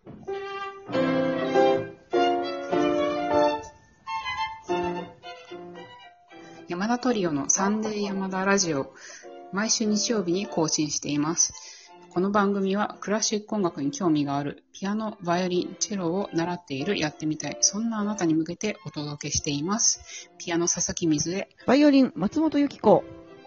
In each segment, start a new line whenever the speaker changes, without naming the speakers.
山田トリオのサンデー山田ラジオ、毎週日曜日に更新しています。この番組はクラシック音楽に興味がある、ピアノ、バイオリン、チェロを習っている、やってみたい、そんなあなたに向けてお届けしています。ピアノ佐々木水江、
バイオリン松本由紀子、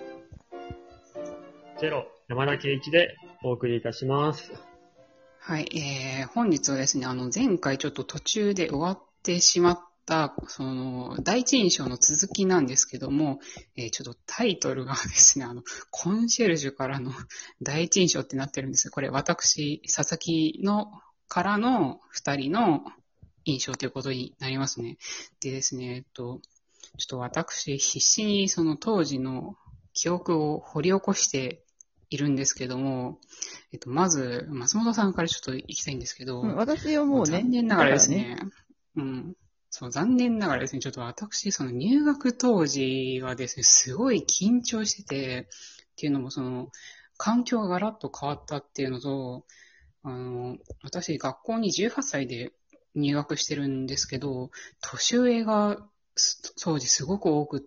チェロ山田圭一でお送りいたします。
はい、本日はですね、前回ちょっと途中で終わってしまったその第一印象の続きなんですけども、ちょっとタイトルがですね、コンシェルジュからの第一印象ってなってるんですよ。これ私佐々木のからの2人の印象ということになりますね。でですね、ちょっと私必死にその当時の記憶を掘り起こしているんですけども、まず松本さんからちょっと行きたいんですけど、
私はもうね、
残念ながらですね、残念ながらですね、ちょっと私、その入学当時はですね、すごい緊張してて、っていうのもその、環境がガラッと変わったっていうのと、私、学校に18歳で入学してるんですけど、年上が当時すごく多くって、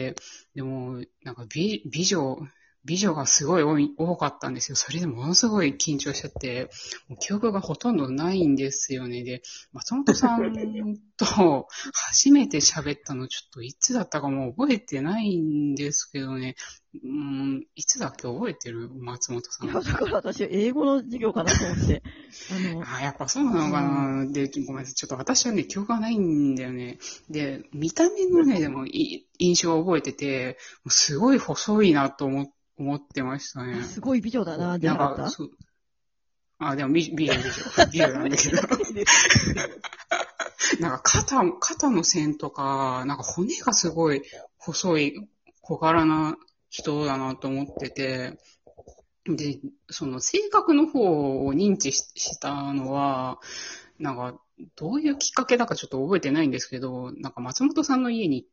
でも、なんか美女がすごい多かったんですよ。それでものすごい緊張しちゃって、もう記憶がほとんどないんですよね。で、松本さんと初めて喋ったのちょっといつだったかもう覚えてないんですけどね。いつだっけ覚えてる松本さん。
だから私は英語の授業かなと思って。
やっぱそうなのかな、で、ごめんなさい。ちょっと私はね、記憶がないんだよね。で、見た目のね、でも印象を覚えてて、すごい細いなと思ってましたね。
すごい美女だな、じゃなかった？
でも美女なんだけど。なんか肩の線とか、なんか骨がすごい細い小柄な人だなと思ってて、で、その性格の方を認知したのは、なんかどういうきっかけだかちょっと覚えてないんですけど、なんか松本さんの家に行って、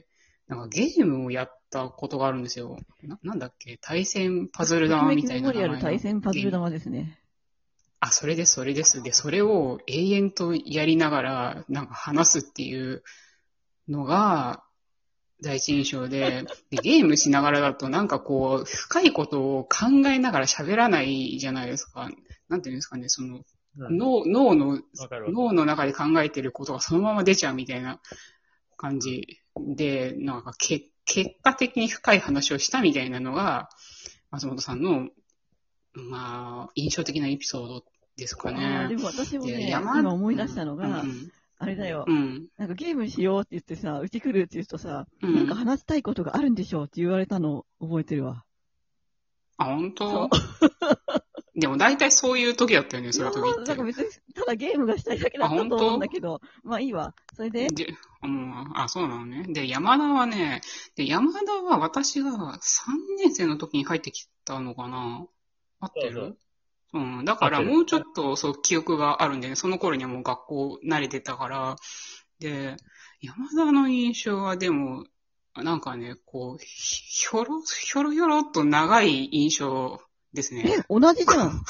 なんかゲームをやったことがあるんですよ。なんだっけ、対戦パズル玉みたいな名前の。
メモリアル対戦パズル玉ですね。
それです。で、それを永遠とやりながら、なんか話すっていうのが、第一印象で、ゲームしながらだとなんかこう、深いことを考えながら喋らないじゃないですか。なんていうんですかね、その、脳の中で考えてることがそのまま出ちゃうみたいな感じで、なんか結果的に深い話をしたみたいなのが、松本さんの、印象的なエピソードですかね。
でも私もね、今思い出したのが、あれだよ、なんかゲームしようって言ってさ、うち来るって言うとさ、なんか話したいことがあるんでしょうって言われたのを覚えてるわ。
本当？でも大体そういう時だったよね、そういう時って。
なんか別に、ただゲームがしたいだけだったと思うんだけど、まあいいわ。それで
そうなのね。で、山田は私が3年生の時に入ってきたのかな？合ってる？だからもうちょっとそう記憶があるんでね、その頃にはもう学校慣れてたから、で、山田の印象はでも、なんかね、こう、ひょろっと長い印象ですね。
同じじゃん。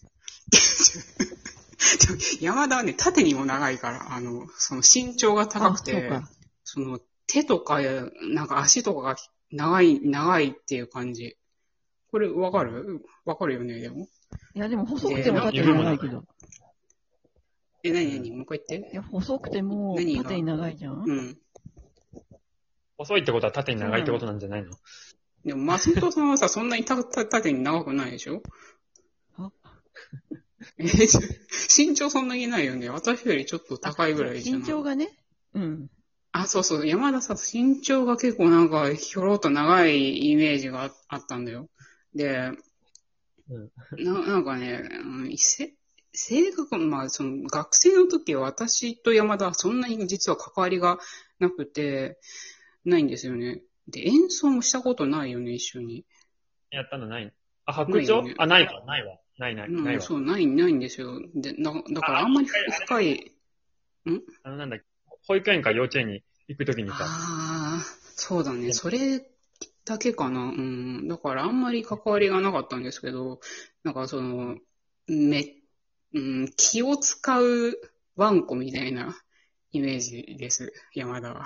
山田はね、縦にも長いから、その身長が高くて、その手とか、なんか足とかが長いっていう感じ。これわかるよね、でも。
いや、でも細くても縦に長いけど。
何もう一回言って。
いや、細くても縦に長いじゃん。
細いってことは縦に長いってことなんじゃないの？
でも、松本さんはさ、そんなに縦に長くないでしょ？身長そんなにないよね。私よりちょっと高いぐらいじゃない？
身長がね。
そう。山田さ、身長が結構なんか、ひょろっと長いイメージがあったんだよ。で、なんかね、性格、その学生の時は私と山田はそんなに実は関わりがなくて、ないんですよね。で、演奏もしたことないよね、一緒に。
やったのない？白鳥？ないわ。ないわ。
そう、ないんですよ。で、だからあんまり深い、
なんだっけ、保育園か幼稚園に行くときにさ。
そうだね。それだけかな。だからあんまり関わりがなかったんですけど、なんかその、 気を使うワンコみたいなイメージです、山田は。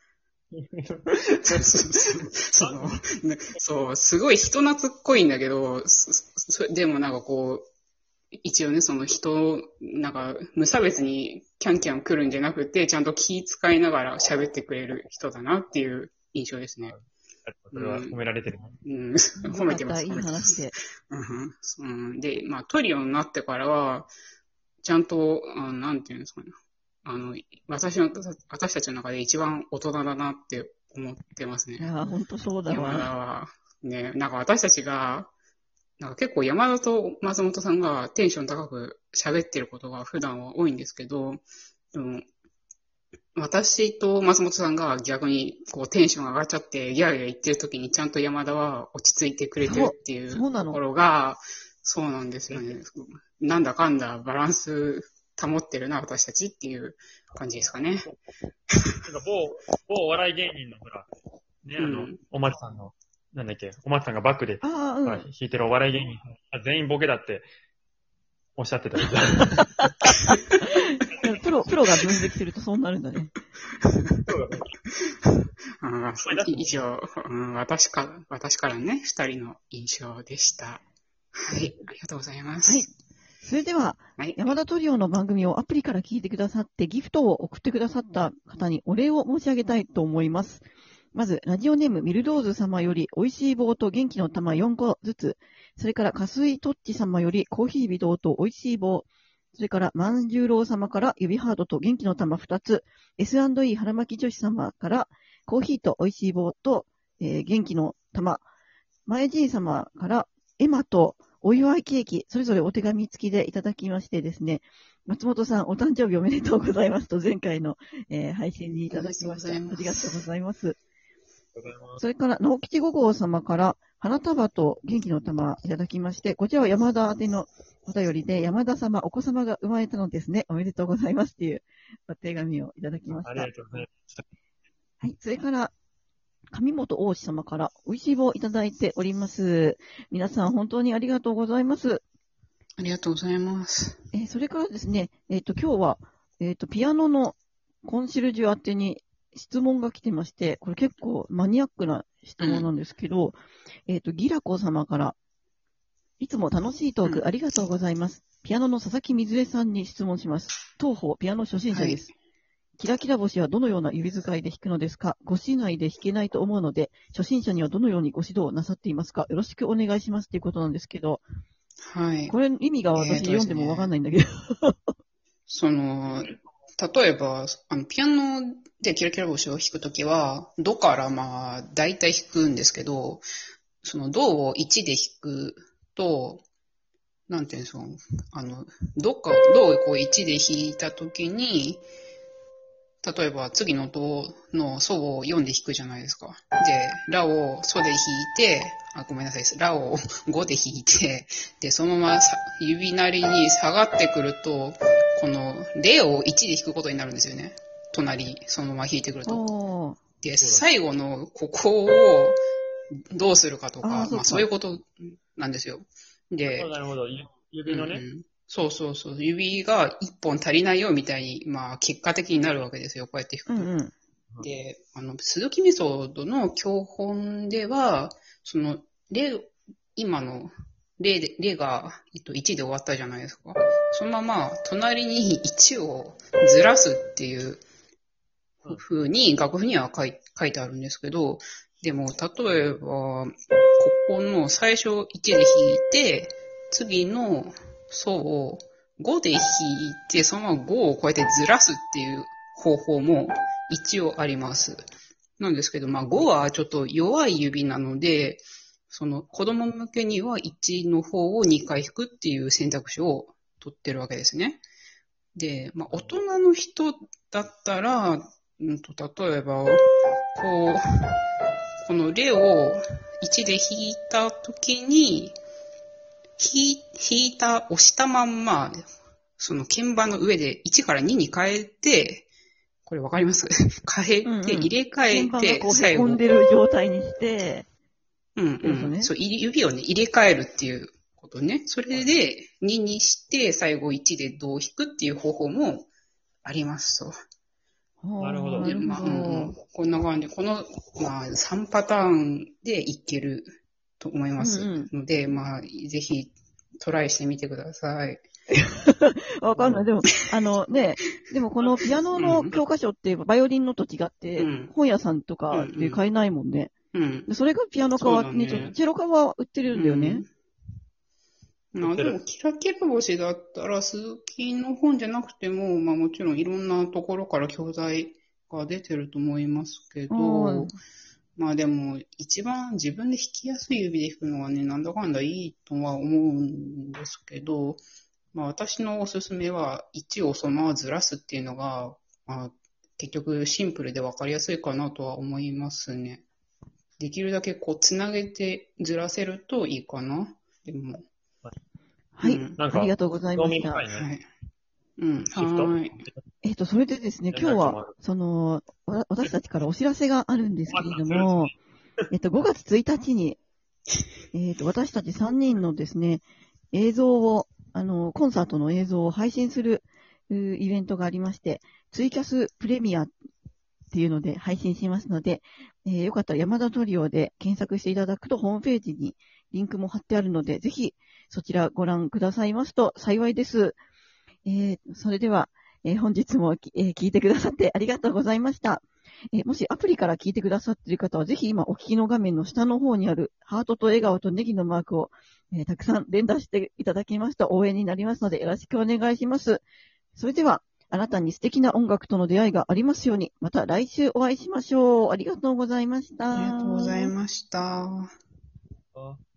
そう、すごい人懐っこいんだけど、でもなんかこう、一応ね、その人、なんか無差別にキャンキャン来るんじゃなくて、ちゃんと気使いながら喋ってくれる人だなっていう印象ですね。
それは褒められてるね。
褒めてます。
いい話で。
で、まあトリオになってからは、ちゃんと、なんていうんですかね。私たちの中で一番大人だなって思ってますね。
いや、ほんとそうだわ。
山田は、ね、なんか私たちが、なんか結構山田と松本さんがテンション高く喋ってることが普段は多いんですけど、でも私と松本さんが逆にこうテンション上がっちゃってギャーギャー言ってる時にちゃんと山田は落ち着いてくれてるっていうところが、そうなんですよね。なんだかんだバランス保ってるな、私たちっていう感じですかね。
なんか某お笑い芸人のほら、ね、お松さんの、なんだっけ、お松さんがバックで弾いてるお笑い芸人、全員ボケだっておっしゃってたやつ。
プロが分析するとそうなるんだね。
以上、私からね、二人の印象でした。はい、ありがとうございます。
はい。それでは、山田トリオの番組をアプリから聞いてくださってギフトを送ってくださった方にお礼を申し上げたいと思います。まず、ラジオネームミルドーズ様より美味しい棒と元気の玉4個ずつ、それからかすいとっち様よりコーヒー微糖と美味しい棒、それから万十郎様から指ハードと元気の玉2つ、S&E 腹巻き女子様からコーヒーと美味しい棒と、元気の玉、前爺様からエマとお祝いケーキ、それぞれお手紙付きでいただきましてですね、松本さん、お誕生日おめでとうございますと前回の、配信にいただきました。ありがとうございます。それから、直吉5号様から花束と元気の玉いただきまして、こちらは山田宛てのお便りで、山田様、お子様が生まれたのですね。おめでとうございますっていうお手紙をいただきました。
ありがとうございます。
はい。それから、上本大志様から美味しい棒をいただいております。皆さん本当にありがとうございます。
ありがとうございます。
それからですね、今日は、ピアノのコンシェルジュ宛てに質問が来てまして、これ結構マニアックな質問なんですけど、ギラコ様から、いつも楽しいトークありがとうございます。ピアノの佐々木水江さんに質問します。当方、ピアノ初心者です。キラキラ星はどのような指使いで弾くのですか？5指内で弾けないと思うので、初心者にはどのようにご指導なさっていますか？よろしくお願いしますということなんですけど、
はい。
これ意味が私読んでもわかんないんだけど。
例えば、ピアノでキラキラ星を弾くときは、ドから大体弾くんですけど、そのドを1で弾くと、なんていうんですか、ドをこう1で弾いたときに、例えば次のドのソを4で弾くじゃないですか。で、ラをソで弾いて、ごめんなさい、ラを5で弾いて、で、そのまま指なりに下がってくると、このレを1で弾くことになるんですよね。隣、そのまま弾いてくると。で、最後のここをどうするかとか、そういうことなんですよ。で、
なるほど。指のね。
そう。指が1本足りないよみたいに、結果的になるわけですよ。こうやって弾くと。で、鈴木メソッドの教本では、その、今の例が、1で終わったじゃないですか。そのまま、隣に1をずらすっていう風に、楽譜には書いてあるんですけど、でも、例えば、ここの最初1で弾いて、次のソを5で弾いて、そのまま5をこうやってずらすっていう方法も一応あります。なんですけど、5はちょっと弱い指なので、その子供向けには1の方を2回弾くっていう選択肢を取ってるわけですね。で、大人の人だったら、例えば、このレを1で弾いたときに、押したまんま、その鍵盤の上で1から2に変えて、これわかります？入れ替えて、
最後。へこんでる状態にして、
そう、指をね、入れ替えるっていうことね。それで2にして最後1でどう弾くっていう方法もありますと。
なるほど。
まあこんな感じで、この、まあ、3パターンでいけると思いますので、まあ、ぜひトライしてみてください。
わかんない。でも、でもこのピアノの教科書ってバイオリンのと違って、本屋さんとかで買えないもんね。それがピアノ科はね、ちょっとチェロ科は売ってるんだよね。
まあでも、キラキラ星だったら、鈴木の本じゃなくても、まあもちろんいろんなところから教材が出てると思いますけど、まあでも、一番自分で弾きやすい指で弾くのはね、なんだかんだいいとは思うんですけど、まあ私のおすすめは、1をそのままずらすっていうのが、まあ結局シンプルでわかりやすいかなとは思いますね。できるだけこう、つなげてずらせるといいかな。でも。
はい。ありがとうございました。はい。
はい。
それでですね、今日は、私たちからお知らせがあるんですけれども、5月1日に、私たち3人のですね、映像を、コンサートの映像を配信するイベントがありまして、ツイキャスプレミアっていうので配信しますので、よかったら山田トリオで検索していただくとホームページにリンクも貼ってあるので、ぜひそちらご覧くださいますと幸いです。それでは、本日も聞いてくださってありがとうございました。もしアプリから聞いてくださっている方は、ぜひ今お聞きの画面の下の方にあるハートと笑顔とネギのマークを、たくさん連打していただきますと応援になりますのでよろしくお願いします。それでは、あなたに素敵な音楽との出会いがありますように、また来週お会いしましょう。ありがとうございました。
ありがとうございました。